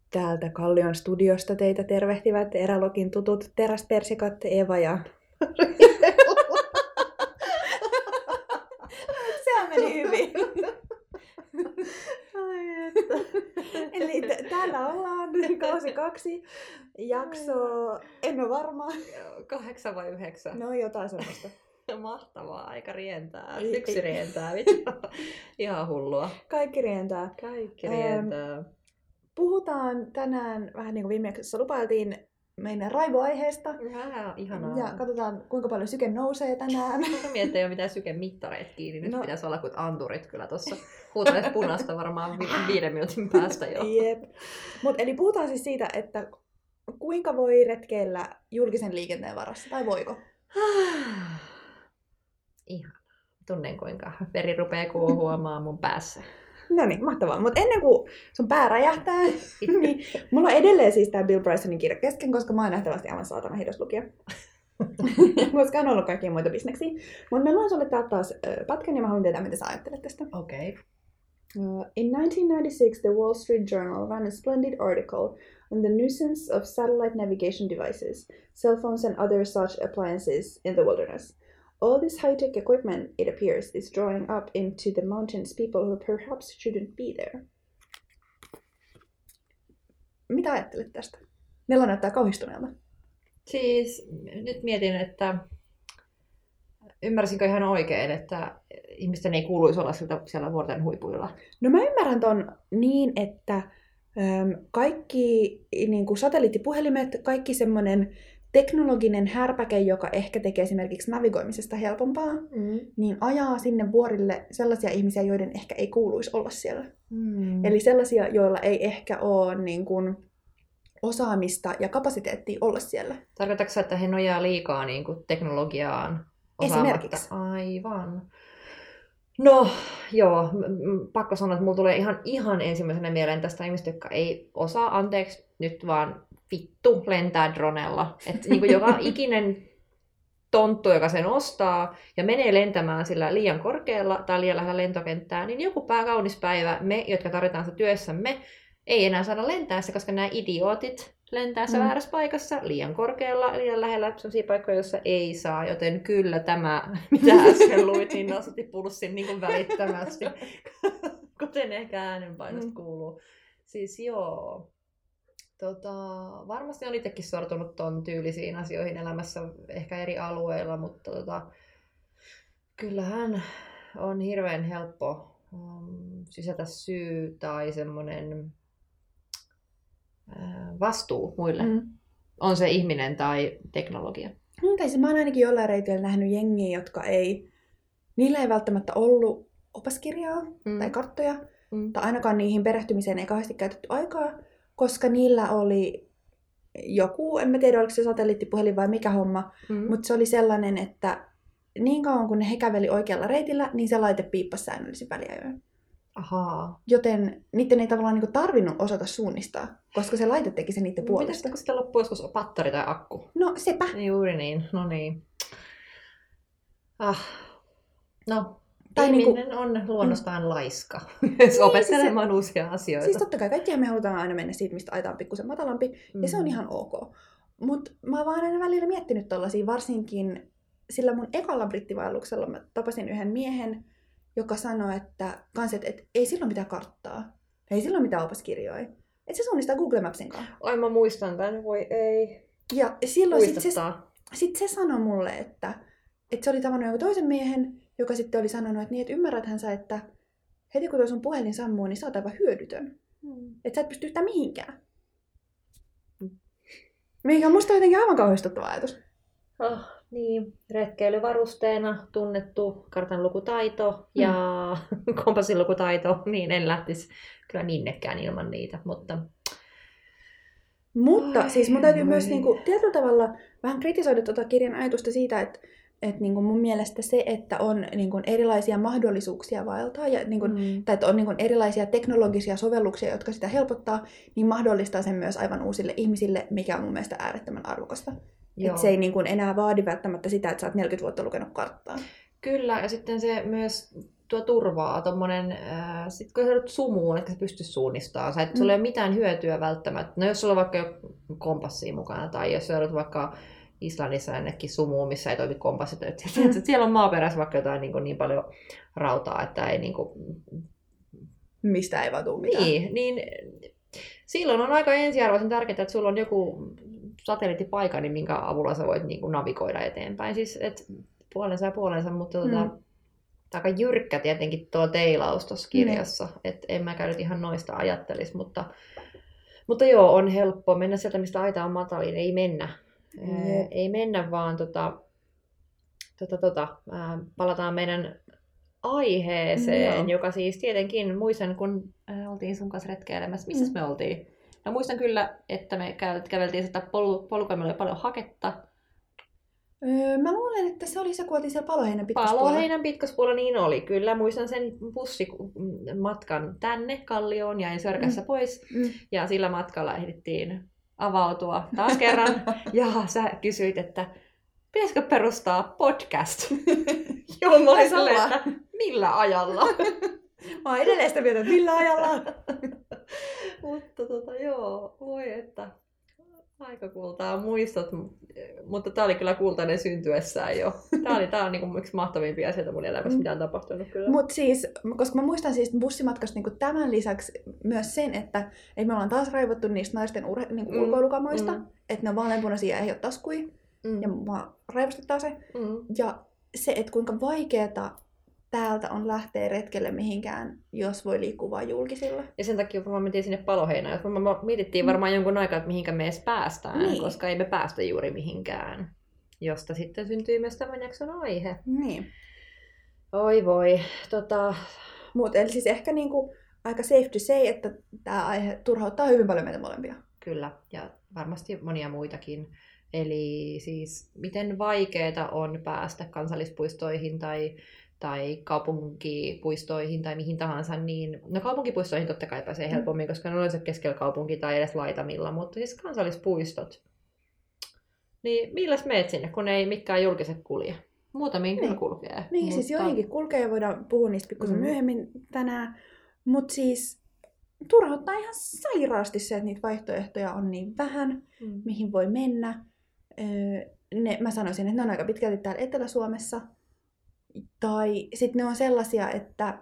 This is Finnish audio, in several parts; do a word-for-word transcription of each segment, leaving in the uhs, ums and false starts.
Täältä Kallion studiosta teitä tervehtivät Erälogin tutut teräspersikat Eva ja Sehän meni hyvin. Ai että. Eli t- täällä ollaan kausi kaksi, jakso, en ole varma. Kahdeksan vai yhdeksän? No jotain semmoista. Mahtavaa, aika rientää. Ei, Yksi ei. rientää, vittu. Ihan hullua. Kaikki rientää. Kaikki rientää. Ähm, puhutaan tänään, vähän niin kuin viime jaksossa lupailtiin, meidän raivoaiheesta. Vähän ihanaa. Ja katsotaan, kuinka paljon syke nousee tänään. Harmi, ettei ole mitään sykemittareita kiinni. Nyt No. pitäisi olla kuin anturit kyllä tossa. Huutelet punaista varmaan vi- viiden minuutin päästä jo. Jep. Mut, eli puhutaan siis siitä, että kuinka voi retkeillä julkisen liikenteen varassa, tai voiko? Ihan. Tunnen kuinka veri rupeaa kuohuamaan mun päässä. No niin, mahtavaa. Mutta ennen kuin sun pää räjähtää, niin mulla on edelleen siis tää Bill Brysonin kirja kesken, koska mä oon nähtävästi aivan saatana hidas lukija. Koska on ollut kaikkia muita bisneksiä. Mutta mä luen sulle täältä taas äh, pätkän ja mä haluan tietää, mitä sä ajattelet tästä. Okei. Okay. Uh, in nineteen ninety-six, the Wall Street Journal ran a splendid article on the nuisance of satellite navigation devices, cell phones and other such appliances in the wilderness. All this high-tech equipment, it appears, is drawing up into the mountains people who perhaps shouldn't be there. Mitä ajattelet tästä? Nella näyttää kauhistuneelta. Siis nyt mietin, että ymmärsinkö ihan oikein, että ihmisten ei kuuluisi olla siltä siellä vuorten huipuilla? No mä ymmärrän ton niin, että äm, kaikki niin kuin satelliittipuhelimet, kaikki semmoinen teknologinen härpäke, joka ehkä tekee esimerkiksi navigoimisesta helpompaa, Mm. niin ajaa sinne vuorille sellaisia ihmisiä, joiden ehkä ei kuuluisi olla siellä. Mm. Eli sellaisia, joilla ei ehkä ole niin kuin osaamista ja kapasiteettia olla siellä. Tarkoitatko sä, että he nojaa liikaa niin kuin teknologiaan? Esimerkiksi. Aivan. No, joo. M- m- pakko sanoa, että mulla tulee ihan, ihan ensimmäisenä mieleen tästä ihmistä, jotka ei osaa, anteeksi, nyt vaan vittu lentää dronella. Että niin kuin joka ikinen tonttu, joka sen ostaa ja menee lentämään sillä liian korkealla tai liian lähellä lentokenttää, niin joku pää kaunis päivä me, jotka tarvitaan sitä työssämme, ei enää saada lentää se, koska nämä idiootit lentää se Mm. väärässä paikassa liian korkealla, liian lähellä sellaisia paikkoja, joissa ei saa, joten kyllä tämä, mitä äsken luit, niin nostatti pulssin niin kuin välittömästi, kuten ehkä äänenpainosta Mm. kuuluu. Siis joo, tota, varmasti on itsekin sortunut ton tyylisiin asioihin elämässä ehkä eri alueilla, mutta tota, kyllähän on hirveän helppo um, sysätä syy tai semmoinen vastuu muille. Mm. On se ihminen tai teknologia. Mm, tai se mä oon ainakin jollain reitillä nähnyt jengiä, jotka ei, niillä ei välttämättä ollut opaskirjaa Mm. tai karttoja, Mm. tai ainakaan niihin perehtymiseen ei kauheasti käytetty aikaa, koska niillä oli joku, en mä tiedä oliko se satelliittipuhelin vai mikä homma, Mm. mutta se oli sellainen, että niin kauan kun ne he käveli oikealla reitillä, niin se laite piippasi säännöllisin väliajoin. Ahaa. Joten niiden ei tavallaan niinku tarvinnut osata suunnistaa, koska se laite teki sen niiden puolesta. Mitäs kun sitten loppuu joskus patteri tai akku? No sepä. Juuri niin, no niin. Ah. No, Tai ihminen niinku- on luonnostaan laiska. Niin, Opettelemaan siis uusia asioita. Siis totta kai kaikkihan me halutaan aina mennä siitä, mistä aita on pikkusen matalampi, mm. ja se on ihan ok. Mutta mä oon vaan aina välillä miettinyt tollasia, varsinkin sillä mun ekalla brittivaelluksella mä tapasin yhden miehen, joka sanoi, että, kans, että, että ei silloin mitään karttaa, ei silloin mitään opaskirjoja. Että se suunnistaa Google Mapsin kanssa. Ai mä muistan tän, voi ei. Ja silloin sit se, Muistuttaa. sit se sanoi mulle, että, että se oli tavannut joku toisen miehen, joka sitten oli sanonut, että, niin, että ymmärräthän sä, että heti kun tuo sun puhelin sammuu, niin sä oot aivan hyödytön. Mm. Että sä et pysty yhtään mihinkään. Mikä on musta jotenkin aivan kauhistuttava ajatus. Oh, niin, retkeilyvarusteena tunnettu kartanlukutaito ja mm. kompassilukutaito, niin en lähtisi kyllä minnekään ilman niitä, mutta... Mutta Ai, siis mun täytyy ai. myös niinku, tietyllä tavalla vähän kritisoida tuota kirjan ajatusta siitä, että et, niinku, mun mielestä se, että on niinku, erilaisia mahdollisuuksia vaeltaa, ja, niinku, Mm. tai että on niinku, erilaisia teknologisia sovelluksia, jotka sitä helpottaa, niin mahdollistaa sen myös aivan uusille ihmisille, mikä on mun mielestä äärettömän arvokasta. Että se ei niinku, enää vaadi välttämättä sitä, että sä oot neljäkymmentä vuotta lukenut karttaa. Kyllä, ja sitten se myös tuo turvaa, tommonen, äh, sit kun sä joudut sumuun, että sä pystyt suunnistamaan, sä et, Mm. sulla ei ole mitään hyötyä välttämättä. No jos sulla on vaikka jo kompassia mukana, tai jos sä joudut vaikka Islannissa ennenkin sumuun, missä ei toimi kompassit, että mm. siellä on maaperässä vaikka jotain niin, niin paljon rautaa, että ei niin kuin... Mistä ei vaan tule mitään. Niin, niin silloin on aika ensiarvoisen tärkeää, että sulla on joku satelliittipaikka, niin minkä avulla sä voit niin kuin navigoida eteenpäin. Siis, et puolensa ja puolensa, mutta mm. tota, aika jyrkkä tietenkin tuo teilaus tuossa kirjassa. Mm. Että en mäkään nyt ihan noista ajattelisi, mutta, mutta joo, on helppo mennä sieltä, mistä aita on matalin. Ei mennä. Mm. Ää, ei mennä, vaan tota, tota, tota, ää, palataan meidän aiheeseen, mm, joka siis tietenkin muistan, kun ää, oltiin sun kanssa retkeilemässä. Missä mm. me oltiin? Ja muistan kyllä, että me käveltiin sitä pol- polkua, meillä oli paljon haketta. Öö, mä luulen, että se oli se, kun oltiin siellä Paloheinän Pitkospuolella. Paloheinän Pitkospuolella, niin oli. Kyllä, muistan sen bussimatkan tänne Kallioon, jäin Sörkässä mm. pois. Mm. Ja sillä matkalla ehdittiin avautua taas kerran. Ja sä kysyit, että pitäisikö perustaa podcast? Joo, mä olin silleen, että millä ajalla? Mä oon edelleen sitä mieltä, että millä ajalla? Mutta tota, joo, voi että aika kultaa muistot, mutta tää oli kyllä kultainen syntyessään jo. Tää oli, tää on niinku yksi mahtavimpia asioita mun elämässä, mitä on tapahtunut kyllä. Mut siis, koska mä muistan siis bussimatkasta niinku tämän lisäksi myös sen, että et me ollaan taas raivottu niistä naisten urhe- niinku mm. ulkoilukamoista, mm. että ne on vaaleanpunaisia ja ei ole taskuja, mm. ja mua raivostuttaa se. Mm. Ja se, että kuinka vaikeeta täältä on lähteä retkelle mihinkään, jos voi liikkua vain julkisilla. Ja sen takia varmaan mentiin sinne Paloheinään. Me mietittiin varmaan jonkun aikaa, että mihinkä me edes päästään, niin. Koska ei me päästä juuri mihinkään. Josta sitten syntyy myös tämän jakson aihe. Niin. Oi voi. Tota... Mut eli siis ehkä niinku aika safe to say, että tämä aihe turhauttaa hyvin paljon meitä molempia. Kyllä, ja varmasti monia muitakin. Eli siis miten vaikeaa on päästä kansallispuistoihin tai tai kaupunkipuistoihin tai mihin tahansa, niin no kaupunkipuistoihin totta kai pääsee helpommin, koska ne on yleensä keskellä kaupunki tai edes laitamilla, mutta siis kansallispuistot. Niin milläs meet sinne, kun ei mikään julkiset kulje? Muutamiin niin. Kyllä kulkee. Niin, mutta... siis joihinkin kulkee ja voidaan puhua niistä pikkusen mm. myöhemmin tänään, mutta siis turhauttaa ihan sairaasti se, että niitä vaihtoehtoja on niin vähän, mm. mihin voi mennä. Öö, ne, mä sanoisin, että ne on aika pitkälti täällä Etelä-Suomessa. Tai sitten ne on sellaisia, että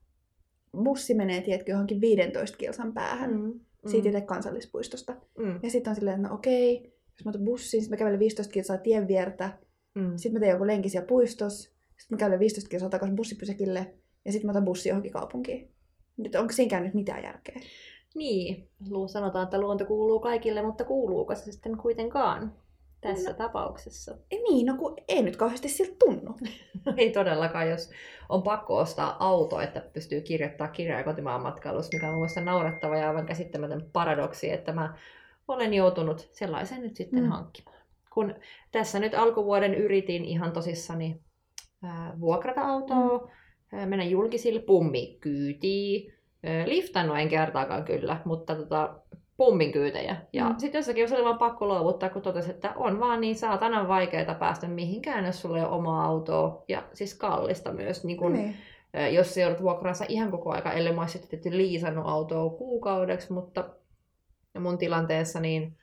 bussi menee tietenkin johonkin viidentoista kilsan päähän mm, mm. siitä itse kansallispuistosta. Mm. Ja sitten on silleen, että no okei, jos mä otan bussiin, sitten mä kävelen viisitoista kilsaa tien viertä, mm. sitten mä teen joku lenki siellä puistossa, sitten mä kävelen viisitoista kilsaa takaisin bussipysäkille, ja sitten mä otan bussi johonkin kaupunkiin. Nyt onko siinäkään nyt mitään järkeä? Niin, sanotaan, että luonto kuuluu kaikille, mutta kuuluuko se sitten kuitenkaan? Tässä no, tapauksessa. Niin, no kun ei nyt kauheasti siltä tunnu. Ei todellakaan, jos on pakko ostaa auto, että pystyy kirjoittamaan kirjaa kotimaan matkailussa, mikä on mun mielestä naurettava ja aivan käsittämätön paradoksi, että mä olen joutunut sellaisen nyt sitten mm. hankkimaan. Kun tässä nyt alkuvuoden yritin ihan tosissani ää, vuokrata autoa, mm. ää, mennä julkisille, pummi kyytiin, liftannut en kertaakaan kyllä, mutta tota, pummin kyytejä. Ja mm. sitten jossakin se oli vaan pakko luovuttaa, kun totesi, että on vaan niin saatanan vaikeaa päästä mihinkään, jos sulla ei ole omaa autoa. Ja siis kallista myös, niin kun, niin. jos se joudut vuokraansa ihan koko aika, ellei mä olisin sitten liisannut autoa kuukaudeksi, mutta mun tilanteessa niin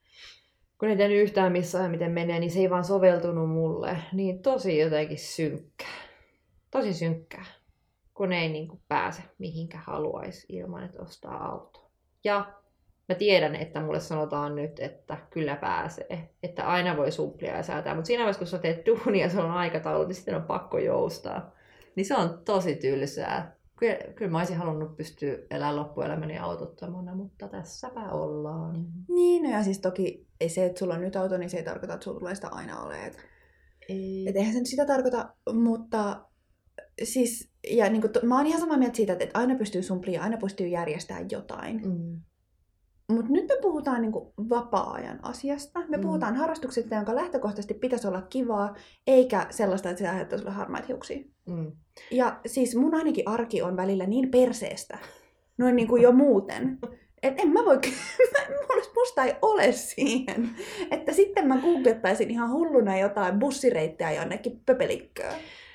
kun ei tiedä yhtään missä miten menee, niin se ei vaan soveltunut mulle. Niin tosi jotenkin synkkää. Tosi synkkää, kun ei niin kuin pääse mihinkä haluaisi ilman, että ostaa autoa. Ja mä tiedän, että mulle sanotaan nyt, että kyllä pääsee. Että aina voi supplia ja säätää. Mutta siinä vaiheessa, kun sä teet duunia ja sulla on aikataulu, niin sitten on pakko joustaa. Niin se on tosi tylsää. Kyllä, kyllä mä olisin halunnut pystyä elämään loppuelämäni autottomana, mutta tässäpä ollaan. Niin, no ja siis toki ei se, että sulla on nyt auto, niin se ei tarkoita, että sulla tulee sitä aina ole. Et, ei. Et eihän se nyt sitä tarkoita, mutta siis, ja niin kuin, mä oon ihan samaa mieltä siitä, että aina pystyy sumplia ja aina pystyy järjestämään jotain. Mm. Mutta nyt me puhutaan niinku vapaa-ajan asiasta. Me mm. puhutaan harrastuksesta, jonka lähtökohtaisesti pitäisi olla kivaa, eikä sellaista, että se aiheuttaa sulle harmaita hiuksia. Mm. Ja siis mun ainakin arki on välillä niin perseestä, noin niinku jo muuten, että en mä voi, musta ei ole siihen, että sitten mä googlettaisin ihan hulluna jotain bussireittejä jonnekin pöpelikköön.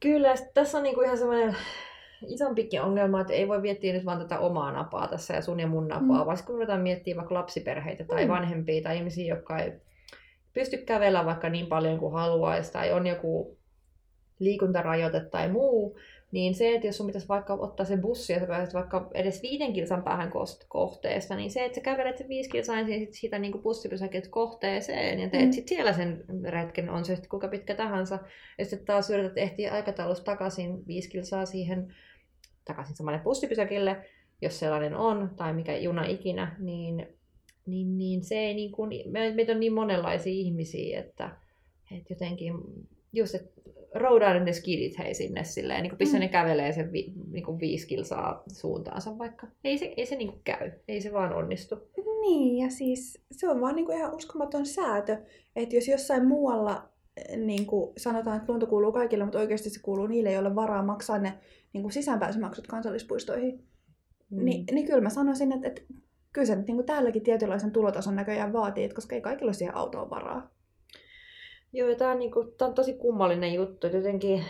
Kyllä, tässä on niinku ihan semmoinen isompikin ongelma, että ei voi miettiä nyt vaan tätä omaa napaa tässä ja sun ja mun napaa, mm. vaan kun ruvetaan miettimään vaikka lapsiperheitä tai mm. vanhempia tai ihmisiä, jotka ei pysty kävellä vaikka niin paljon kuin haluaisi tai on joku liikuntarajoite tai muu, niin se, että jos sun pitäisi vaikka ottaa se bussi ja sä pääset vaikka edes viiden kilsan päähän kohteesta, niin se, että sä kävelet sen viisi kilsaa ensin siitä niin kuin bussipysäkiltä kohteeseen ja teet mm. sit siellä sen retken, on se sitten kuinka pitkä tahansa, ja sitten taas yrität ehtiä aikataulussa takaisin viisi kilsaa siihen takaisin samalle bussipysäkille, jos sellainen on, tai mikä juna ikinä, niin, niin, niin se ei niin kuin, meitä on niin monenlaisia ihmisiä, että, että jotenkin just, että roudaan ne skidit hei sinne silleen, niin kuin pistä mm. ne kävelee sen vi, niin kuin viisi kilsaa suuntaansa vaikka. Ei se, ei se niin kuin käy, ei se vaan onnistu. Niin, ja siis se on vaan niin kuin ihan uskomaton säätö, että jos jossain muualla niin kuin sanotaan, että luonto kuuluu kaikille, mutta oikeasti se kuuluu niille, joille varaa maksaa ne niin kuin sisäänpääsymaksut kansallispuistoihin, mm. niin, niin kyllä mä sanoisin, että, että kyllä se niin kuin täälläkin tietynlaisen tulotason näköjään vaatii, että koska ei kaikilla ole siihen autoon varaa. Joo, ja tämä on, niinku, tää on tosi kummallinen juttu, että jotenkin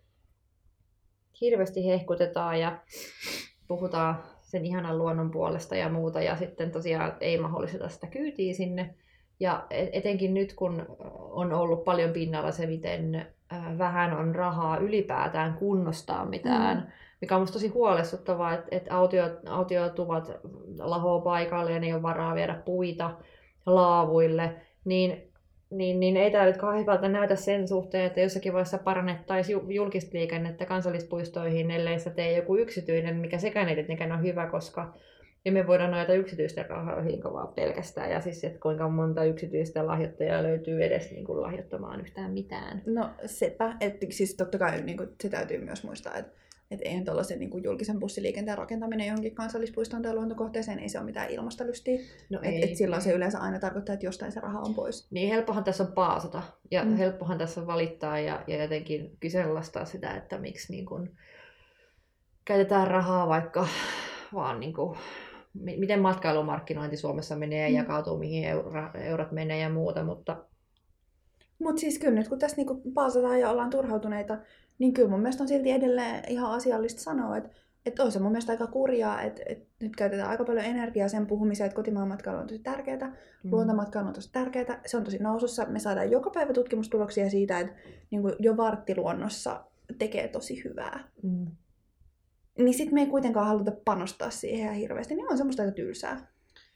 hirveästi hehkutetaan ja puhutaan sen ihanan luonnon puolesta ja muuta, ja sitten tosiaan ei mahdollisteta sitä kyytiä sinne. Ja etenkin nyt, kun on ollut paljon pinnalla se, miten vähän on rahaa ylipäätään kunnostaa mitään, mm. mikä on musta tosi huolestuttavaa, että, että autio, autiotuvat lahoo paikalle ja ne ei ole varaa viedä puita laavuille, niin Niin, niin ei tämä nyt kauhean hyvältä näytä sen suhteen, että jossakin vaiheessa parannettaisiin julkista liikennettä kansallispuistoihin, ellei sitä tee joku yksityinen, mikä sekään ei tietenkään ole hyvä, koska emme voida nojata yksityisten rahoihin vaan pelkästään. Ja siis, että kuinka monta yksityistä lahjoittajaa löytyy edes niin kuin lahjoittamaan yhtään mitään. No sepä, että siis totta kai niin kuin, se täytyy myös muistaa, että Että eihän tuollaisen niin kuin julkisen bussiliikenteen rakentaminen johonkin kansallispuistoon tai luontokohteeseen, ei se ole mitään ilmastolystiä. No et, et silloin se yleensä aina tarkoittaa, että jostain se raha on pois. Niin helppohan tässä on paasata ja mm. helppohan tässä on valittaa ja, ja jotenkin kyseenalaistaa sitä, että miksi niin kun käytetään rahaa vaikka vaan niin kuin, miten matkailumarkkinointi Suomessa menee ja mm. jakautuu, mihin euro, eurot menee ja muuta, mutta Mutta siis kyllä nyt kun tässä niinku paasataan ja ollaan turhautuneita, niin kyllä mun mielestä on silti edelleen ihan asiallista sanoa, että et on se mun mielestä aika kurjaa, että et nyt käytetään aika paljon energiaa sen puhumiseen, että kotimaan matkailu on tosi tärkeää, mm. luontomatkailu on tosi tärkeää, se on tosi nousussa. Me saadaan joka päivä tutkimustuloksia siitä, että niinku jo vartti luonnossa tekee tosi hyvää. Mm. Niin sit me ei kuitenkaan haluta panostaa siihen ihan hirveästi, niin on semmoista aika tylsää.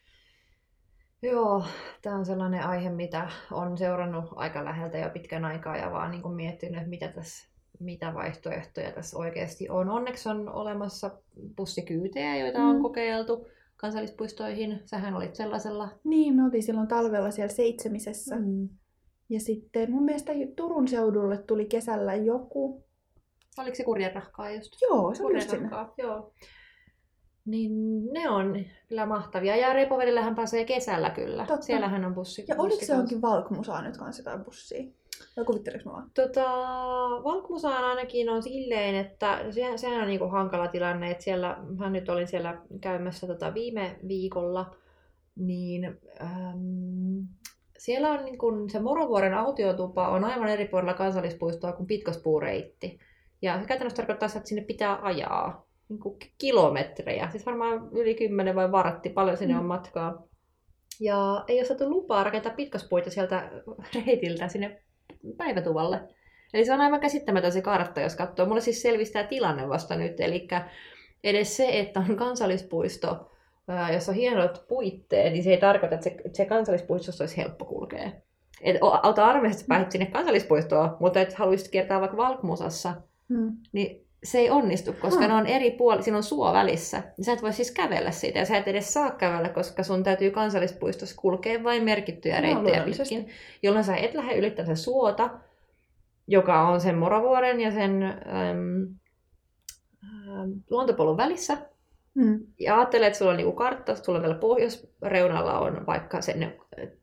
Joo, tämä on sellainen aihe, mitä on seurannut aika läheltä jo pitkän aikaa ja vaan niin kuin miettinyt, että mitä, tässä, mitä vaihtoehtoja tässä oikeasti on. Onneksi on olemassa bussikyytejä, joita mm. on kokeiltu kansallispuistoihin. Sähän olit sellaisella. Niin, me oltiin silloin talvella siellä Seitsemisessä. Mm. Ja sitten mun mielestä Turun seudulle tuli kesällä joku. Oliko se Kurjenrahkaa just? Joo, se oli just sinne. Joo. Niin ne on kyllä mahtavia. Ja Repovedellähän pääsee kesällä kyllä. Totta. Siellähän on bussi. Ja oliko se onkin Valkmusaa nyt kanssa jotain bussia? Vai kuvitteliko mä vaan? Tota, Valkmusaan ainakin on silleen, että sehän, sehän on niinku hankala tilanne. Että siellä, mä nyt olin siellä käymässä tota viime viikolla. Niin äm, siellä on niinku, se Morovuoren autiotupa on aivan eri puolella kansallispuistoa kuin Pitkospuureitti. Ja se käytännössä tarkoittaa, että sinne pitää ajaa. Niin kuin kilometrejä, siis varmaan yli kymmenen vai varatti, paljon sinne on matkaa. Ja ei ole saatu lupaa rakentaa pitkospuita sieltä reitiltä sinne päivätuvalle. Eli se on aivan käsittämätön se kartta, jos katsoo. Mulle siis selvisi tämä tilanne vasta nyt, eli edes se, että on kansallispuisto, jossa on hienot puitteet, niin se ei tarkoita, että se, se kansallispuistossa olisi helppo kulkea. Et auta armeijasta, että pääsit sinne kansallispuistoon, mutta et haluaisit kiertää vaikka Valkmusassa, hmm. niin se ei onnistu, koska hmm. ne on eri puolilla, siinä on suo välissä. Sä et voi siis kävellä siitä ja sä et edes saa kävellä, koska sun täytyy kansallispuistossa kulkea vain merkittyjä no, reittejä pitkin, jolloin sä et lähde ylittämään sen suota, joka on sen Morovuoren ja sen äm, äm, luontopolun välissä. Hmm. Ja ajattelee, että sulla on niinku kartta, sulla on täällä pohjoisreunalla on vaikka sen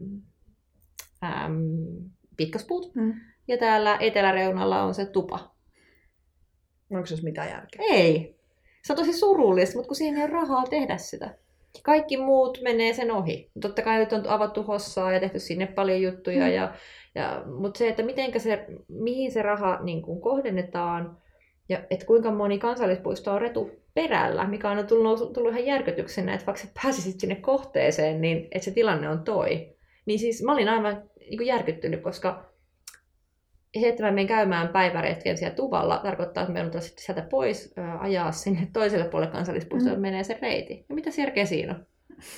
äm, pitkospuut, hmm. ja täällä eteläreunalla on se tupa. Onko se mitään järkeä? Ei. Se on tosi surullista, mutta kun siihen ei ole rahaa tehdä sitä. Kaikki muut menee sen ohi. Totta kai nyt on avattu Hossaa ja tehty sinne paljon juttuja, mm. ja, ja, mutta se, että mitenkä se, mihin se raha niin kuin kohdennetaan, ja että kuinka moni kansallispuisto on retu perällä, mikä on tullut, tullut ihan järkytyksenä, että vaikka sä pääsisit sinne kohteeseen, niin että se tilanne on toi. Niin siis mä olin aivan niin kuin järkyttynyt, koska se, että mä menen käymään päiväretken siellä Tuvalla, tarkoittaa, että me on sitten sieltä pois ää, ajaa sinne toiselle puolelle kansallispuistolle, mm. menee se reiti. Ja mitä järkeä siinä on?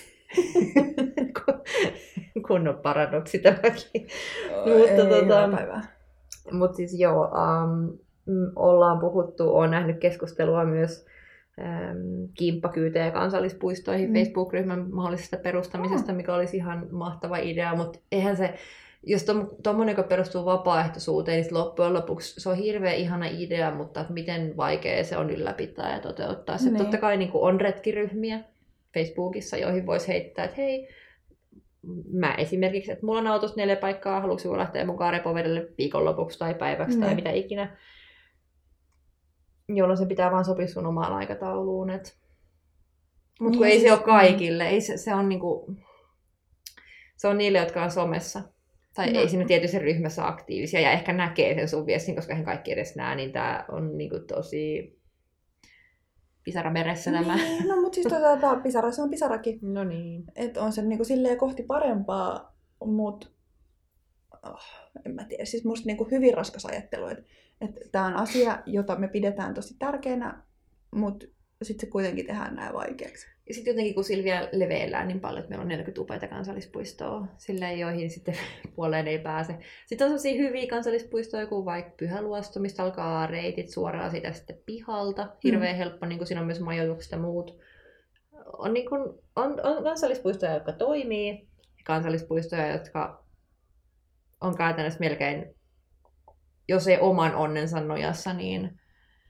Kunnon paradoksi tämäkin. Oh, mutta tota, mut siis joo, um, ollaan puhuttu, olen nähnyt keskustelua myös um, kimppakyytejä kansallispuistoihin, mm. Facebook-ryhmän mahdollisesta perustamisesta, oh. mikä olisi ihan mahtava idea, mutta eihän se, jos tuommoinen, joka perustuu vapaaehtoisuuteen, niin loppujen lopuksi se on hirveän ihana idea, mutta miten vaikea se on ylläpitää ja toteuttaa. Se totta kai niin kuin on retkiryhmiä Facebookissa, joihin voisi heittää, että hei, mä esimerkiksi, että mulla on autossa neljä paikkaa, haluatko lähteä mukaan repovedelle viikonlopuksi tai päiväksi ne. tai mitä ikinä, jolloin se pitää vaan sopia sun omaan aikatauluun. Et... Mutta kun niin, ei siis, se ole kaikille, ei se, se, on niinku... se on niille, jotka on somessa. Tai no. ei siinä tietysti ryhmässä aktiivisia ja ehkä näkee sen sun viestin, koska eihän kaikki edes näe, niin tää on niinku tosi pisara meressä nämä. Niin, no mutta siis tuota, pisara, se on pisarakin. No niin. Että on se niinku silleen kohti parempaa, mutta oh, en mä tiedä, siis musta niinku hyvin raskas ajattelu, että et tää on asia, jota me pidetään tosi tärkeänä, mutta sitten se kuitenkin tehdään näin vaikeaksi. Ja sitten jotenkin, kun Silvia leveillään niin paljon, että meillä on neljäkymmentä upeita kansallispuistoa, sillä joihin sitten puoleen ei pääse. Sitten on sellaisia hyviä kansallispuistoja, kuin vaikka Pyhäluosto, mistä alkaa reitit suoraan siitä sitten pihalta. Hirveän mm. helppo, niin kuin siinä on myös majoitukset ja muut. On, niin kuin, on, on kansallispuistoja, jotka toimii, ja kansallispuistoja, jotka on käytännössä melkein, jos ei oman onnensa nojassa, niin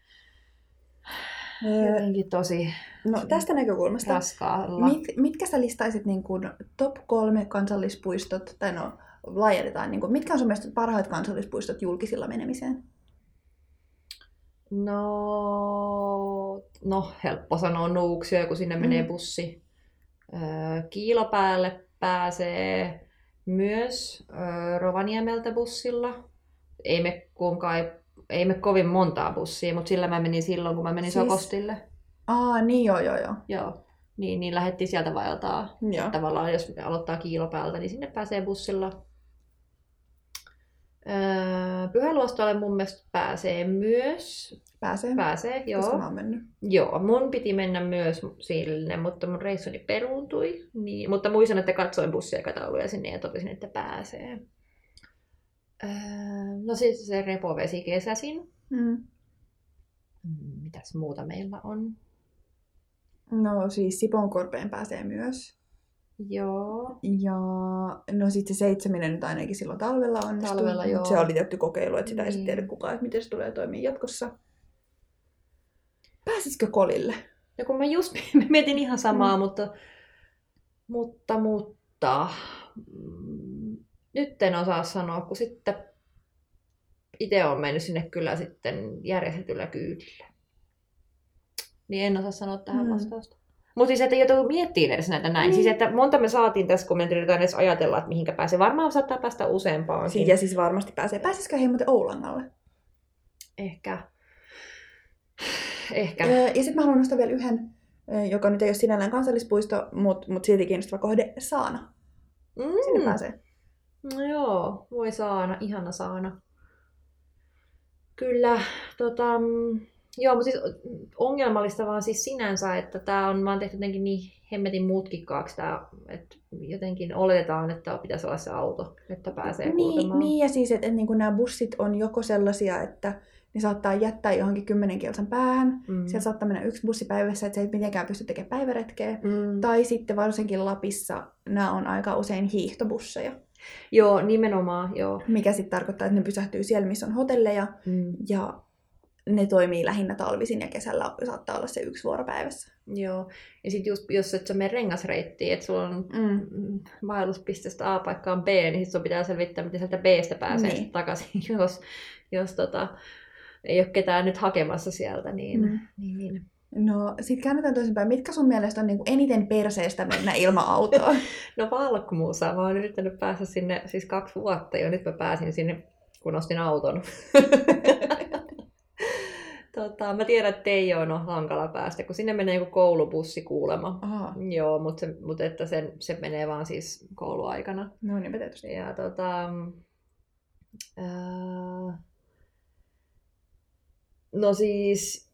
jotenkin tosi no, tästä näkökulmasta, raskaalla. Mit, mitkä sä listaisit niin kuin top kolme kansallispuistot, tai no laajennetaan, niin kuin, mitkä on sun mielestä parhaat kansallispuistot julkisilla menemiseen? No, no helppo sanoa Nuuksio, kun sinne mm. menee bussi. Kiilopäälle pääsee myös Rovaniemeltä bussilla. Ei me kuinkaan Ei me kovin montaa bussia, mutta sillä mä menin silloin, kun mä menin siis... Sokostille. Aa, niin joo, joo, joo. Joo, niin, niin lähdettiin sieltä vaeltaa. Tavallaan, jos aloittaa Kiilopäältä, niin sinne pääsee bussilla. Öö, Pyhäluostolle mun mielestä pääsee myös. Pääsee? Pääsee, joo. Koska mä oon mennyt. Joo, mun piti mennä myös sinne, mutta mun reissuni peruuntui. Niin, mutta muistan, että katsoin bussiaikatauluja sinne ja totesin, että pääsee. No siis se repovesi kesäsin. Mm. Mitäs muuta meillä on? No siis Sipoonkorpeen pääsee myös. Joo. Ja no sitten se seitseminen nyt ainakin silloin talvella onnistui. Talvella, joo. Se oli tietty kokeilu, että sitä niin. ei sitten tiedä kukaan, että miten se tulee toimia jatkossa. Pääsisikö Kolille? No kun mä just mietin ihan samaa, mm. mutta, mutta, mutta... Nyt en osaa sanoa, kun sitten itse olen mennyt sinne kyllä sitten järjestetyllä kyydillä. Niin en osaa sanoa tähän mm. vastausta. Mutta siis, että ei joutuu miettimään edes näitä näin. Mm. Siis, että monta me saatiin tässä, kun me yritetään edes ajatella, että mihinkä pääsee. Varmaan saattaa päästä useampaankin. Siis, ja siis varmasti pääsee. Pääsisikö he muuten Oulangalle? Ehkä. Ehkä. Öö, ja sitten mä haluan nostaa vielä yhden, joka nyt ei ole sinällään kansallispuisto, mutta mut silti kiinnostava kohde, Saana. Mm. Sinne pääsee. No joo, voi Saana, ihana Saana. Kyllä, tota, joo, mutta siis ongelmallista vaan siis sinänsä, että tää on, mä oon tehty jotenkin niin hemmetin mutkikkaaksi tää, että jotenkin oletetaan, että pitäisi olla se auto, että pääsee niin, kulkemaan. Niin, ja siis, että et, niin nämä bussit on joko sellaisia, että ne saattaa jättää johonkin kymmenen kilsan päähän. Mm. Siellä saattaa mennä yksi bussi päivässä, että se ei mitenkään pysty tekemään päiväretkeä. Mm. Tai sitten varsinkin Lapissa nämä on aika usein hiihtobusseja. Joo, nimenomaan, joo. Mikä sitten tarkoittaa, että ne pysähtyy siellä, missä on hotelleja. Mm. Ja ne toimii lähinnä talvisin ja kesällä saattaa olla se yksi vuoro päivässä. Joo. Ja sitten just, jos et sä mene rengasreittiin, että sulla on mm. vaelluspisteestä A paikkaan B, niin sitten sun pitää selvittää, miten sieltä B:stä pääsee niin. takaisin, jos, jos tota, ei ole ketään nyt hakemassa sieltä. Niin, mm. niin, niin. No, sit käännetään toisinpäin. Mitkä sun mielestä on niinku eniten perseestä mennä ilman autoa? No Valkmuusa. Mä oon yrittänyt päästä sinne siis kaksi vuotta jo. Nyt mä pääsin sinne, kun ostin auton. tota, mä tiedän, että Teijoon on hankala päästä, kun sinne menee joku koulubussi kuulemma. Aha. Joo, mutta se, mut että sen, se menee vaan siis kouluaikana. No niin, tietysti. Ja tota... Ää... No siis...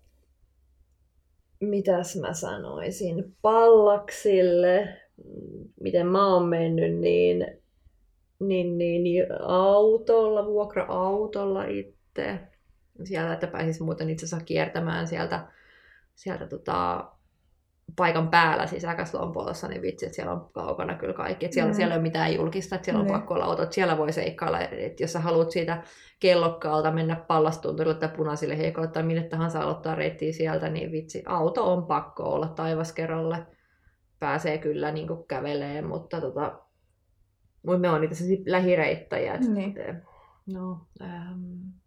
Mitäs mä sanoisin? Pallaksille, miten mä oon mennyt, niin, niin, niin, niin autolla, vuokra-autolla itse. Sieltä, että pääsis muuten itse asiassa kiertämään sieltä, sieltä tota, paikan päällä sisäkäs Lompolossa, niin vitsi, että siellä on kaukana kyllä kaikki. Että siellä, mm. siellä ei ole mitään julkista, että siellä on mm. pakko olla autot. Siellä voi seikkailla, että jos sä haluat siitä kellokkaalta mennä Pallastunturille tai Punaisille heikoille tai minne tahansa aloittaa reittiä sieltä, niin vitsi, auto on pakko olla taivaskerrolle. Pääsee kyllä niin kuin kävelee, mutta tota, mutta me on niitä lähireittäjiä. Että, niin. No, ähm,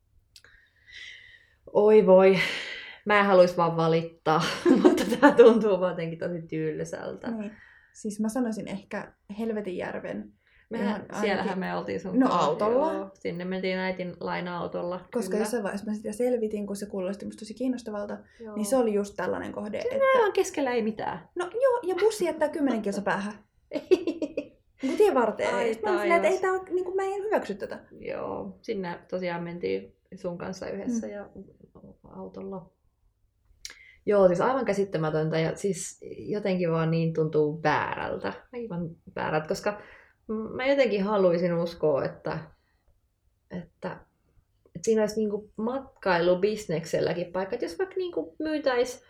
oi voi. Mä en haluaisi vaan valittaa, mutta tää tuntuu jotenkin tosi tylsältä. Niin. Siis mä sanoisin ehkä Helvetinjärven. Mehän, siellähän me oltiin sun No autolla. Joo, sinne mentiin äitin laina-autolla. Koska kyllä. Jossain vaiheessa mä sitä selvitin, kun se kuulosti musta tosi kiinnostavalta, joo. Niin se oli just tällainen kohde. Siinä että... aivan keskellä ei mitään. No joo, ja bussi jättää kymmenen kilsa päähän. Niin tien varteen. Ai, mä olin että ei tää ole, niin kuin, mä en hyväksy tätä. Joo, sinne tosiaan mentiin sun kanssa yhdessä mm. ja autolla. Joo, siis aivan käsittämätöntä ja siis jotenkin vaan niin tuntuu väärältä, aivan väärältä, koska mä jotenkin haluaisin uskoa, että, että, että siinä olisi niinku matkailubisnekselläkin paikka, että jos vaikka niinku myytäisi,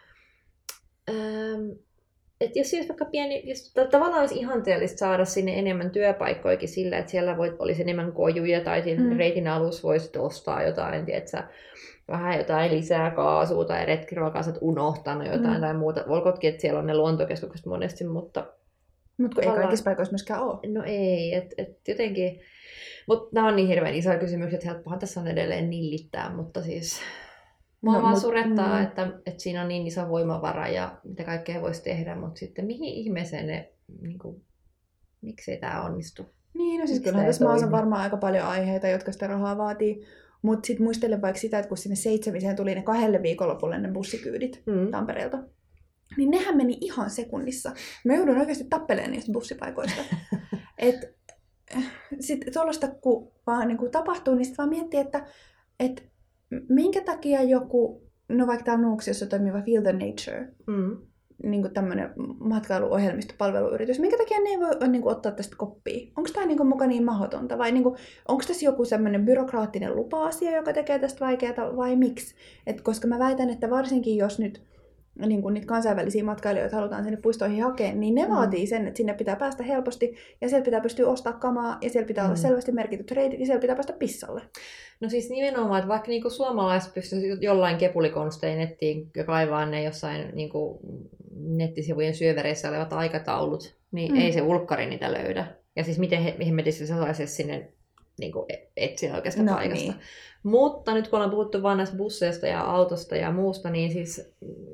ähm, että jos olisi vaikka pieni, jos tavallaan olisi ihanteellista saada sinne enemmän työpaikkoikin sillä, että siellä voit, olisi enemmän kojuja tai siinä mm. reitin alussa voisit ostaa jotain, tietsä, vähän jotain lisää kaasua tai retkiruokaa, sä oot unohtanut jotain mm. tai muuta. Olkootkin, että siellä on ne luontokeskukset monesti, mutta... Mutta kun ei kaikissa paikoissa myöskään ole. No ei, että et jotenkin... Mutta nämä on niin hirveän isoja kysymyksiä, että helppohan tässä on edelleen nillittää, mutta siis... Mua no, vaan mut, surettaa, mm. että, että siinä on niin iso voimavara ja mitä kaikkea voisi tehdä, mutta sitten mihin ihmeeseen ne... Niin kuin, miksei tämä onnistu? Niin, no siis kyllähän tässä maassa on varmaan aika paljon aiheita, jotka sitä rahaa vaatii. Mutta sitten muistelen vaikka sitä, että kun sinne seitsemiseen tuli ne kahdelle viikonlopulle ne bussikyydit mm. Tampereelta, niin nehän meni ihan sekunnissa. Mä joudun oikeasti tappelemaan niistä bussipaikoista. Et sitten tuollaista kun vaan niin kun tapahtuu, niin sitten vaan miettii, että et minkä takia joku, no vaikka täällä Nuuksiossa toimiva Feel the Nature, mm. niin kuin tämmöinen matkailuohjelmistopalveluyritys, minkä takia ne ei voi niin kuin, ottaa tästä koppia? Onko tämä niin muka niin mahdotonta? Vai niin kuin, onko tässä joku semmoinen byrokraattinen lupa-asia, joka tekee tästä vaikeaa, vai miksi? Et koska mä väitän, että varsinkin jos nyt niin kuin niitä kansainvälisiä matkailijoita halutaan sinne puistoihin hakea, niin ne mm. vaatii sen, että sinne pitää päästä helposti, ja siellä pitää pystyä ostamaan kamaa, ja siellä pitää mm. olla selvästi merkityt reitit, ja siellä pitää päästä pissalle. No siis nimenomaan, että vaikka niinku suomalaiset pystyisivät jollain kepulikonstein nettiin ja kaivaa ne jossain niinku nettisivujen syövereissä olevat aikataulut, niin mm. ei se ulkkari niitä löydä. Ja siis miten he, mihin me saisi sinne niinku etsiä oikeasta no, paikasta. Niin. Mutta nyt kun ollaan puhuttu vaan näistä busseista ja autosta ja muusta, niin siis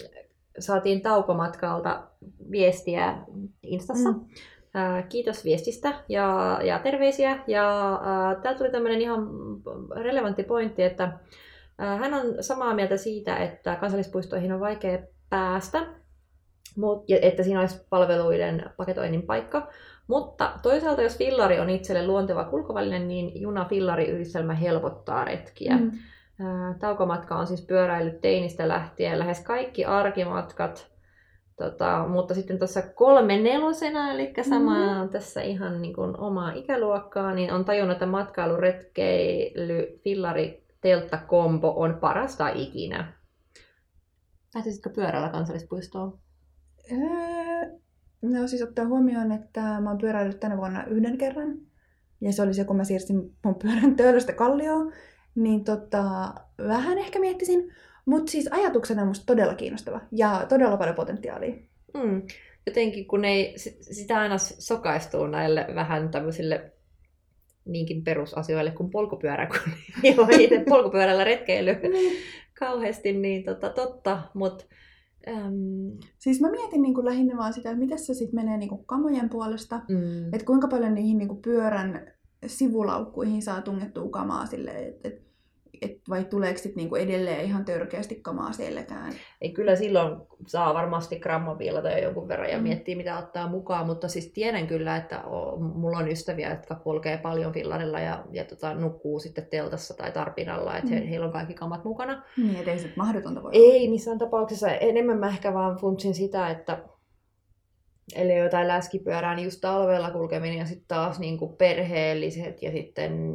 saatiin taukomatkalta viestiä Instassa. Mm. Äh, kiitos viestistä ja, ja terveisiä. Ja äh, täällä tuli tämmöinen ihan relevantti pointti, että äh, hän on samaa mieltä siitä, että kansallispuistoihin on vaikea päästä, mut, ja että siinä olisi palveluiden paketoinnin paikka. Mutta toisaalta, jos fillari on itselle luonteva kulkuväline, niin juna-fillari-yhdistelmä helpottaa retkiä. Mm. Taukomatka on siis pyöräillyt teinistä lähtien lähes kaikki arkimatkat, tota, mutta sitten tuossa kolme nelosena, eli sama mm. tässä ihan niin kuin omaa ikäluokkaa, niin on tajunnut, että matkailuretkeily, fillari, telttakombo on parasta ikinä. Lähtisitkö pyörällä kansallispuistoon? Öö, no siis ottaa huomioon, että mä oon pyöräillyt tänä vuonna yhden kerran. Ja se oli se, kun mä siirsin mun pyörän Töölöstä Kallioon. Niin tota, vähän ehkä miettisin. Mutta siis ajatuksena on musta todella kiinnostava. Ja todella paljon potentiaalia. Mm. Jotenkin kun ei sitä aina sokaistuu näille vähän tämmöisille niinkin perusasioille kuin polkupyörä, kun ei ole itse polkupyörällä retkeily kauheasti, niin tota, totta. Mutta Äm... Siis mä mietin niin kuin lähinnä vaan sitä, että miten se sitten menee niin kuin kamojen puolesta. Mm. Että kuinka paljon niihin niin kuin pyörän sivulaukkuihin saa tungettua kamaa silleen, että et, et vai tuleeko sitten niin kuin edelleen ihan törkeästi kamaa sielläkään? Ei, kyllä silloin saa varmasti grammabiilata jo jonkun verran ja Mm. miettiä mitä ottaa mukaan, mutta siis tiedän kyllä, että o, mulla on ystäviä, jotka polkee paljon fillarilla ja, ja tota, nukkuu sitten teltassa tai tarpinalla, että mm. he, heillä on kaikki kamat mukana. Niin, ettei se mahdotonta voi Ei olla. missään tapauksessa. Enemmän mä ehkä vaan funtsin sitä, että eli jotain läskipyörää, niin just talvella kulkeminen ja sitten taas niin kuin perheelliset ja sitten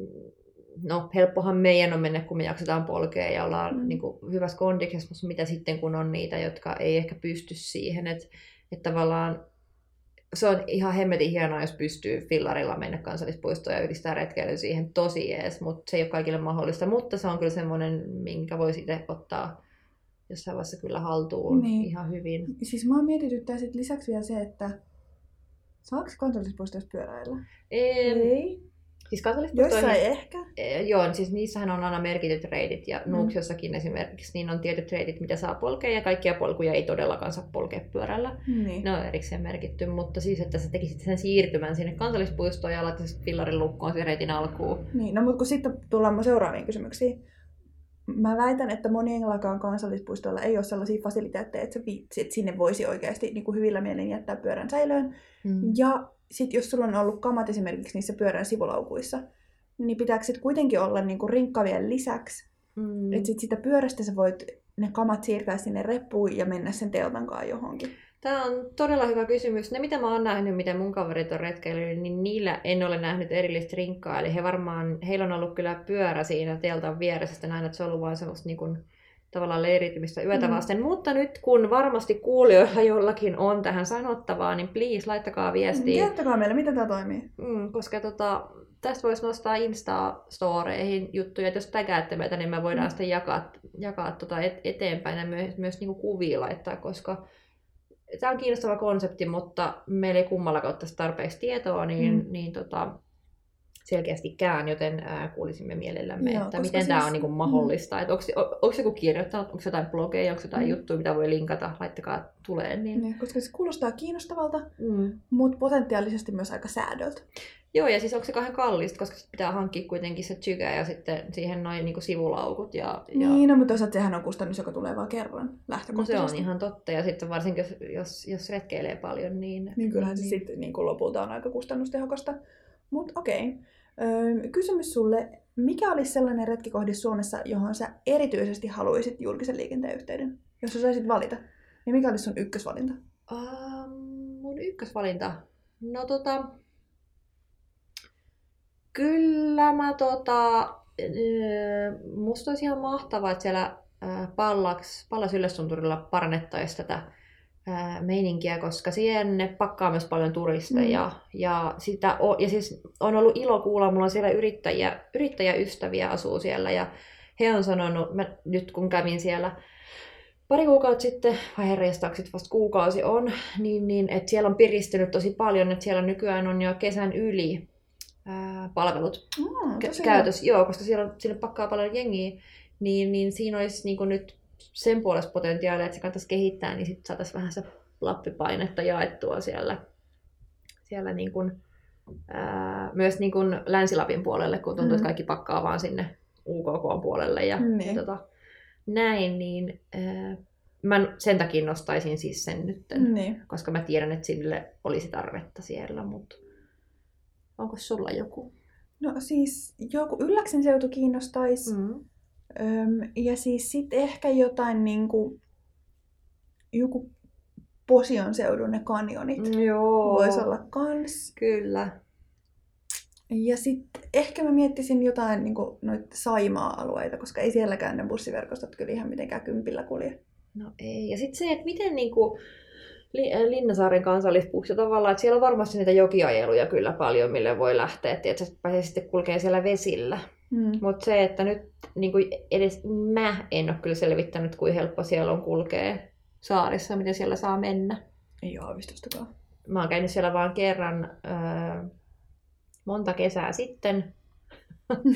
no helppohan meidän on mennä, kun me jaksetaan polkea ja ollaan mm. niin kuin hyvässä kondiksessa, mutta mitä sitten kun on niitä, jotka ei ehkä pysty siihen, että, että tavallaan se on ihan hemmetin hienoa, jos pystyy fillarilla mennä kansallispuistoon ja yhdistää retkeilyn siihen tosi ees, mutta se ei ole kaikille mahdollista, mutta se on kyllä semmoinen, minkä voi sitten ottaa jossain vaiheessa kyllä haltuun niin. Ihan hyvin. Siis mua mietityttää sit lisäksi vielä se, että saako kansallispuistoissa pyöräillä? Ei. Ei. Siis kansallispuistoihin, jossain ehkä. E, joo, siis niissähän on aina merkityt reitit ja mm. Nuuksiossakin esimerkiksi niin on tietyt reitit, mitä saa polkea ja kaikkia polkuja ei todellakaan saa polkea pyörällä. Niin. Ne on erikseen merkitty, mutta siis että sä tekisit sen siirtymän sinne kansallispuistoon ja laittaisit fillarin lukkoon sen reitin alkuun. Niin, no mutta kun sitten tullaan mun seuraaviin kysymyksiin. Mä väitän, että monillakaan kansallispuistoilla ei ole sellaisia fasiliteetteja, että, viitsi, että sinne voisi oikeasti niin kuin hyvillä mielin jättää pyörän säilöön. Mm. Ja sitten jos sulla on ollut kamat esimerkiksi niissä pyörän sivulaukuissa, niin pitääkö sitten kuitenkin olla niin kuin rinkka vielä lisäksi? Mm. Että sitten sitä pyörästä sä voit ne kamat siirtää sinne reppuun ja mennä sen teltankaan johonkin. Tämä on todella hyvä kysymys. Ne, mitä mä oon nähnyt, miten mun kaverit on retkeillyt, niin niillä en ole nähnyt erillistä rinkkaa. Eli he varmaan, heillä on ollut kyllä pyörä siinä teltan vieressä, sitten näin, että se on ollut vain semmoista niin kuin, tavallaan leiritymistä yötä vasten. Mm. Mutta nyt kun varmasti kuulijoilla jollakin on tähän sanottavaa, niin please laittakaa viestiä. Kertokaa meille, miten tämä toimii. Mm, koska tota, tästä voisi nostaa Insta-storeihin juttuja, että jos tägäätte meitä, niin me voidaan mm. sitten jakaa, jakaa tota et, eteenpäin ja myös, myös niin kuin kuvia laittaa, koska tämä on kiinnostava konsepti, mutta meillä ei kummallakaan ole tästä tarpeeksi tietoa, niin, mm. niin tota, selkeästikään, joten ää, kuulisimme mielellämme, Joo, että miten siis tämä on niin kuin mahdollista. Mm. Että onko, onko joku kirjoittanut, onko jotain blogeja, onko jotain mm. juttuja, mitä voi linkata, laittakaa tulee. Niin... Niin, koska se kuulostaa kiinnostavalta, mm. mutta potentiaalisesti myös aika säädöltä. Joo, ja siis onko se kauhean kallista, koska pitää hankkia kuitenkin se tsykä ja sitten siihen noin niin kuin sivulaukut. Ja, ja... Niin, no, mutta toisaalta sehän on kustannus, joka tulee vaan kerran lähtökohtaisesti. No se on ihan totta, ja sitten varsinkin jos, jos, jos retkeilee paljon, niin... Niin kyllähän niin... se sitten niin lopulta on aika kustannustehokasta. Mutta okei. Okay. Kysymys sulle, mikä olisi sellainen retkikohde Suomessa, johon sä erityisesti haluaisit julkisen liikenteen yhteyden? Jos sä saisit valita, niin mikä olisi sun ykkösvalinta? Um, mun ykkösvalinta? No tota... Kyllä mä tota... Musta olisi ihan mahtavaa, että siellä Pallaks, Pallas Yllästunturilla parannettaisiin tätä meininkiä, koska sinne pakkaa myös paljon turisteja. Mm. Ja, sitä on, ja siis on ollut ilo kuulla, mulla on siellä yrittäjiä, yrittäjäystäviä asuu siellä, ja he on sanonut, mä, nyt kun kävin siellä pari kuukautta sitten, vai herrestaako vasta kuukausi on, niin, niin että siellä on piristynyt tosi paljon, että siellä nykyään on jo kesän yli ää, palvelut mm, kä- käytössä, joo, koska siellä on, sinne pakkaa paljon jengiä, niin, niin siinä olisi niin kuin nyt sen puolesta potentiaalia, että se kannattaisi kehittää, niin sitten saataisiin vähän se lappipainetta jaettua siellä, siellä niin kuin, ää, myös niin kuin Länsi-Lapin puolelle, kun tuntuu, mm. että kaikki pakkaa vaan sinne U K K-puolelle ja, mm. ja tota, näin, niin ää, mä sen takia nostaisin siis sen nyt, mm. koska mä tiedän, että sille olisi tarvetta siellä, mutta onko sulla joku? No siis joku Ylläksen seutu kiinnostaisi. Mm. Öm, ja siis sitten ehkä jotain niinku, joku Posion seudun ne kanjonit. Joo. Voisi olla kans. Kyllä. Ja sitten ehkä mä miettisin jotain niinku noita Saimaa-alueita, koska ei sielläkään ne bussiverkostot kyllä ihan mitenkään kympillä kulje. No ei. Ja sitten se, että miten niinku Linnasaaren kansallispuisto tavallaan, että siellä on varmasti niitä jokiajeluja kyllä paljon, mille voi lähteä, että se pääsee sitten kulkee siellä vesillä. Mm. Mutta se, että nyt niin kuin edes mä en ole kyllä selvittänyt, kuin helppo siellä on kulkea saarissa, miten siellä saa mennä. Ei ole aavistustakaan. Mä oon käynyt siellä vaan kerran öö, monta kesää sitten.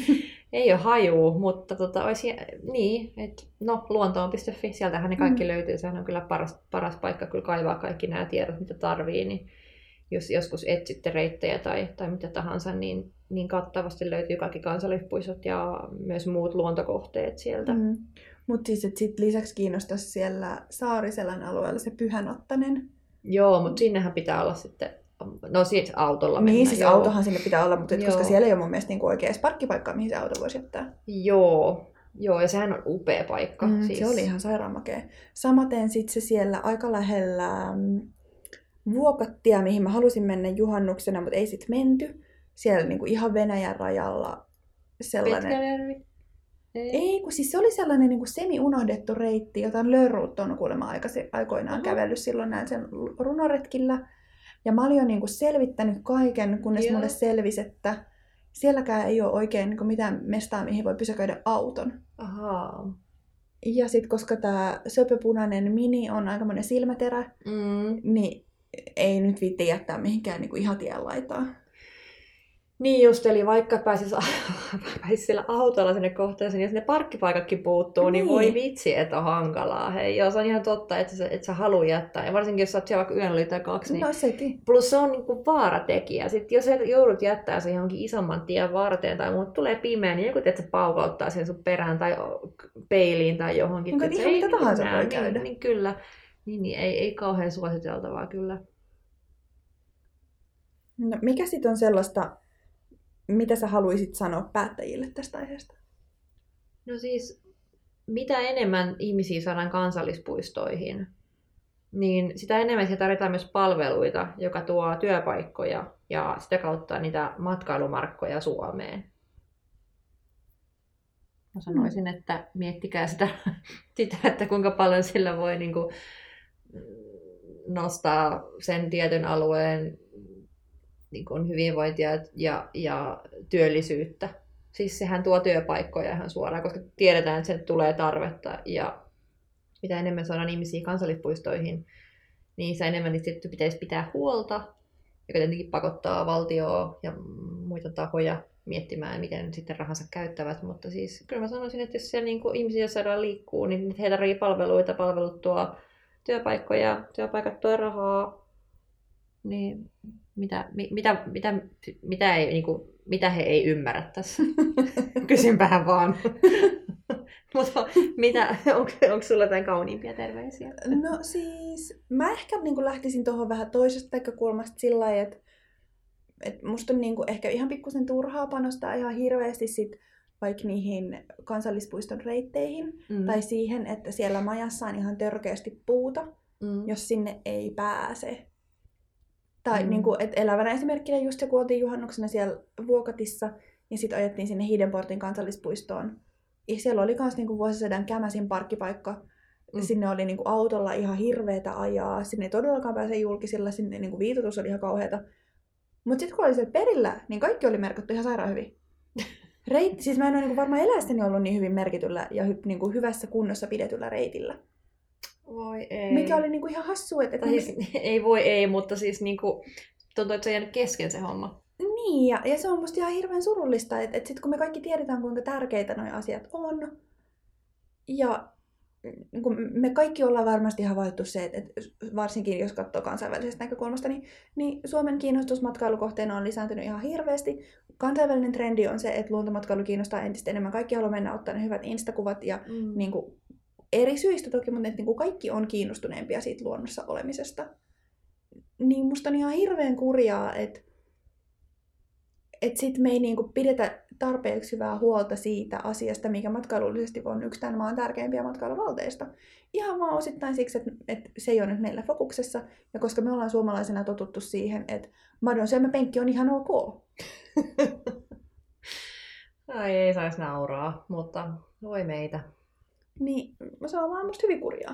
ei ole hajuu, mutta tota, olisi, niin, että no luontoon piste fi, sieltähän ne kaikki mm. löytyy, sehän on kyllä paras, paras paikka kyllä kaivaa kaikki nämä tiedot, mitä tarvii, niin jos joskus etsitte reittejä tai, tai mitä tahansa, niin, niin kattavasti löytyy kaikki kansallispuistot ja myös muut luontokohteet sieltä. Mm. Mutta siis, että sit lisäksi kiinnostaisi siellä Saariselän alueella se Pyhänottainen. Joo, mutta sinnehän pitää olla sitten, no siis autolla mennä. Niin, siis joo. Autohan sinne pitää olla, mutta et koska siellä ei ole mun mielestä niinku oikea parkkipaikkaa, mihin se auto voisi jättää. Joo, joo, ja sehän on upea paikka. Mm, siis. Se oli ihan sairaan makea. Samaten sitten se siellä aika lähellä Vuokattia, mihin mä halusin mennä juhannuksena, mutta ei sitten menty. Siellä niinku ihan Venäjän rajalla sellainen... Pitkäjärvi? Ei. ei, kun siis se oli sellainen niin kuin semi-unohdettu reitti, jota on Lörruut on kuulemma aikaisin, aikoinaan uh-huh. kävellyt silloin näin sen runoretkillä. Ja mä olin jo niin kuin selvittänyt kaiken, kunnes yeah. mulle selvisi, että sielläkään ei ole oikein niin kuin mitään mestaa, mihin voi pysäköidä auton. Ahaa. Ja sitten koska tämä söpöpunainen Mini on aikamoinen silmäterä, mm. niin ei nyt viitti jättää mihinkään niin kuin ihan tien laitaa. Niin just, eli vaikka pääsis, pääsis sillä autolla sinne kohteeseen, jos ne parkkipaikatkin puuttuu, niin, niin voi vitsi, että on hankalaa. Hei, joo, se on ihan totta, että sä, että sä haluat jättää. Ja varsinkin, jos sä oot siellä vaikka yön yli tai kaksi, niin no, sekin. Plus se on niin kuin vaaratekijä. Sitten jos sä joudut jättää se johonkin isomman tien varteen tai muut tulee pimeä, niin joku että se paukauttaa sen sun perään tai peiliin tai johonkin. Niin, ihan mitä tahansa voi käydä. Niin, niin kyllä. Niin, niin ei, ei kauhean suositeltavaa kyllä. No, mikä sitten on sellaista, mitä sä haluaisit sanoa päättäjille tästä aiheesta? No siis, mitä enemmän ihmisiä saadaan kansallispuistoihin, niin sitä enemmän siellä tarvitaan myös palveluita, joka tuo työpaikkoja ja sitä kautta niitä matkailumarkkoja Suomeen. Mä sanoisin, mm. että miettikää sitä, sitä, että kuinka paljon sillä voi niin kuin nostaa sen tietyn alueen niin kuin hyvinvointia ja, ja työllisyyttä. Siis sehän tuo työpaikkoja ihan suoraan, koska tiedetään, että sen tulee tarvetta. Ja mitä enemmän saadaan ihmisiä kansallispuistoihin, niin se enemmän niistä pitäisi pitää huolta, joka tietenkin pakottaa valtioa ja muita tahoja miettimään, miten sitten rahansa käyttävät. Mutta siis kyllä mä sanoisin, että jos siellä niin kuin ihmisiä saadaan liikkuu, niin he tarvitsevat palveluita, palvelut tuo työpaikkoja, työpaikat tuo rahaa, niin mitä, mitä, mitä, mitä, ei, niin kuin, mitä he ei ymmärrä tässä? Kysynpähän vaan. Mutta mitä, onko, onko sulla jotain kauniimpia terveisiä? No siis, mä ehkä niin kuin lähtisin tuohon vähän toisesta näkökulmasta sillä lailla, että, että musta on niin kuin ehkä ihan pikkusen turhaa panostaa ihan hirveästi sit vaikka niihin kansallispuiston reitteihin, mm. tai siihen, että siellä majassa on ihan törkeästi puuta, mm. jos sinne ei pääse. Tai mm. niin kuin, että elävänä esimerkkinä just kun oltiin juhannuksena siellä Vuokatissa, ja sitten ajettiin sinne Hiidenportin kansallispuistoon. Ja siellä oli myös niin kuin vuosisadan kämäsin parkkipaikka. Mm. Sinne oli niin kuin autolla ihan hirveetä ajaa. Sinne ei todellakaan pääse julkisilla, sinne niin kuin viitutus oli ihan kauheata. Mutta sitten kun oli siellä perillä, niin kaikki oli merkattu ihan sairaan hyvin. Reitti, siis mä en ole niin kuin varmaan eläessäni ollut niin hyvin merkityllä ja hy, niin kuin hyvässä kunnossa pidetyllä reitillä. Voi ei. Mikä oli niinku ihan hassua. Että siis, me... Ei voi ei, mutta siis niinku, tuntuu, että se on jäänyt kesken se homma. Niin, ja, ja se on musta ihan hirveän surullista, että, että sit kun me kaikki tiedetään, kuinka tärkeitä nuo asiat on, ja niin kun me kaikki ollaan varmasti havaittu se, että, että varsinkin jos katsoo kansainvälisestä näkökulmasta, niin, niin Suomen kiinnostus matkailukohteena on lisääntynyt ihan hirveästi. Kansainvälinen trendi on se, että luontomatkailu kiinnostaa entistä enemmän. Kaikki haluaa mennä ottaa ne hyvät instakuvat ja mm. niin kuin, eri syistä toki, mutta niin kuin kaikki on kiinnostuneempia siitä luonnossa olemisesta. Niin musta on ihan hirveän kurjaa, että, että sit me ei niin kuin pidetä tarpeeksi hyvää huolta siitä asiasta, mikä matkailullisesti on yksi tämän maan tärkeimpiä matkailuvalteista. Ihan vaan osittain siksi, että, että se ei ole nyt meillä fokuksessa, ja koska me ollaan suomalaisena totuttu siihen, että madon syömäpenkki on ihan ok. Ai ei saisi nauraa, mutta voi meitä. Niin, se on vaan musta hyvin kurjaa.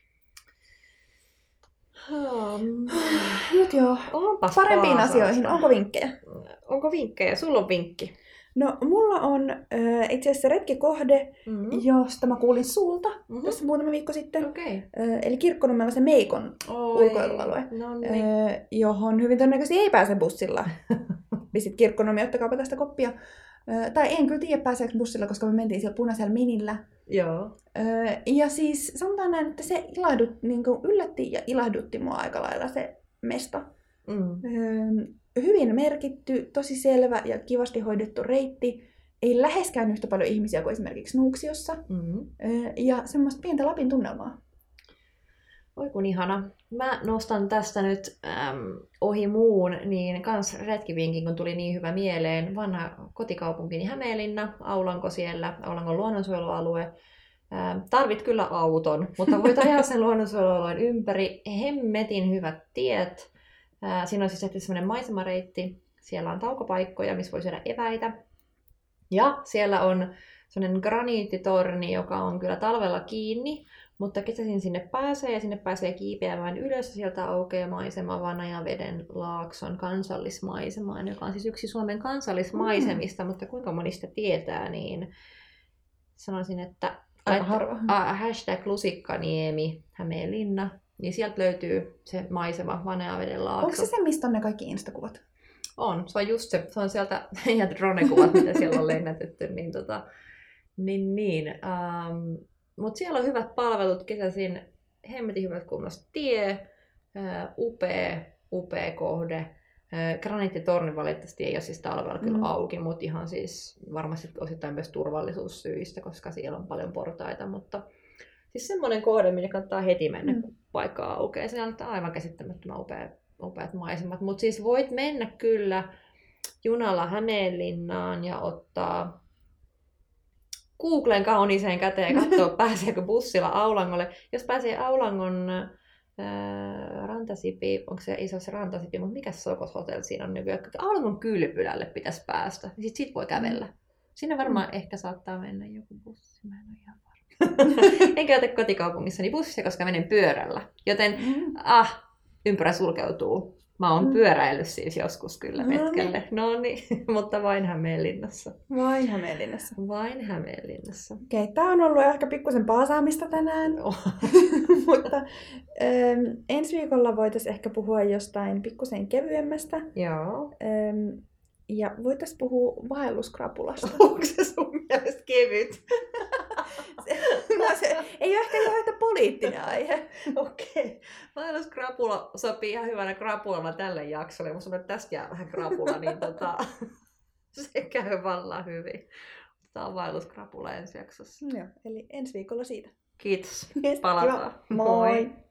Hmm. Nyt joo. Onpas parempiin paasausta. Asioihin. Onko vinkkejä? Onko vinkkejä? Sulla on vinkki. No, mulla on äh, itse asiassa retkikohde, mm-hmm. josta mä kuulin sulta mm-hmm. tässä muutama viikko sitten. Okay. Äh, eli Kirkkonummella se Meikon Oi. ulkoilualue, No niin. äh, johon hyvin todennäköisesti ei pääse bussilla. Visit Kirkkonummi, ottakaapa tästä koppia. Öö, tai en kyllä tiedä pääseekö bussilla, koska me mentiin siellä punaisella minillä. Joo. Öö, ja siis sanotaan näin, että se ilahdut, niin kuin yllätti ja ilahdutti mua aika lailla se mesta. Mm. Öö, hyvin merkitty, tosi selvä ja kivasti hoidettu reitti. Ei läheskään yhtä paljon ihmisiä kuin esimerkiksi Nuuksiossa. Mm-hmm. Öö, ja semmoista pientä Lapin tunnelmaa. Oi kun ihana. Mä nostan tästä nyt äm, ohi muun, niin kans retkivinkin, kun tuli niin hyvä mieleen. Vanha kotikaupunkini Hämeenlinna, Aulanko siellä, Aulangon luonnonsuojelualue. Ähm, tarvit kyllä auton, mutta voit ajaa sen luonnonsuojelualueen ympäri. Hemmetin hyvät tiet. Äh, siinä on siis tehty semmoinen maisemareitti. Siellä on taukopaikkoja, missä voi syödä eväitä. Ja siellä on semmoinen graniittitorni, joka on kyllä talvella kiinni. Mutta kesäisin sinne pääsee ja sinne pääsee kiipeämään ylös ja sieltä aukeaa maisema Vanajaveden laakson kansallismaisemaan, joka on siis yksi Suomen kansallismaisemista, mm. mutta kuinka monista tietää, niin sanoisin, että äh, hashtag Lusikkaniemi, Hämeenlinna, niin sieltä löytyy se maisema Vanajaveden laakso. Onko se se, mistä on ne kaikki instakuvat? On, se on just se, se on sieltä ja drone-kuvat, mitä siellä on lennätetty, niin tota, niin niin. Um, Mutta siellä on hyvät palvelut kesäisin, hemmetin hyvät kunnossa tie, ää, upea, upea kohde. Ää, graniittitorni valitettavasti ei ole siis talvella kyllä mm. auki, mutta ihan siis varmasti osittain myös turvallisuussyistä, koska siellä on paljon portaita. Mutta siis semmoinen kohde, minne kannattaa heti mennä, mm. kun paikka aukeaa. Se on aivan käsittämättömän upea, upeat maisemat. Mutta siis voit mennä kyllä junalla Hämeenlinnaan ja ottaa Googlen kauniiseen käteen ja katsoa, pääseekö bussilla Aulangolle. Jos pääsee Aulangon ää, rantasipi, onko se iso se rantasipi, mutta mikä Sokos Hotel siinä on nykyään? Aulangon kylpylälle pitäisi päästä. Sitten sit voi kävellä. Sinne varmaan mm. ehkä saattaa mennä joku bussi. Mä en ole ihan varma. En käytä kotikaupungissani bussia, koska menen pyörällä. Joten mm. ah, ympärä sulkeutuu. Mä oon mm. pyöräillyt siis joskus kyllä no hetkelle. Niin. No niin, mutta vain Hämeenlinnassa. Vain Hämeenlinnassa. Vain Hämeenlinnassa. Okei, okay, tää on ollut ehkä pikkusen paasaamista tänään. Oh. Mutta ähm, ensi viikolla voitaisiin ehkä puhua jostain pikkusen kevyemmästä. Joo. Ähm, ja voitaisiin puhua vaelluskrapulasta. Onko se sun mielestä kevyt? se, no se ei ole ehkä ihan yhtä poliittinen aihe. Okei. Okay. Vaelluskrapula sopii ihan hyvänä krapulana tälle jaksolle. Musta on, että tästä jää vähän krapula, niin tota, se käy vallan hyvin. Tämä on vaelluskrapula ensi jaksossa. Joo, eli ensi viikolla siitä. Kiitos. Palataan. Moi. Moi.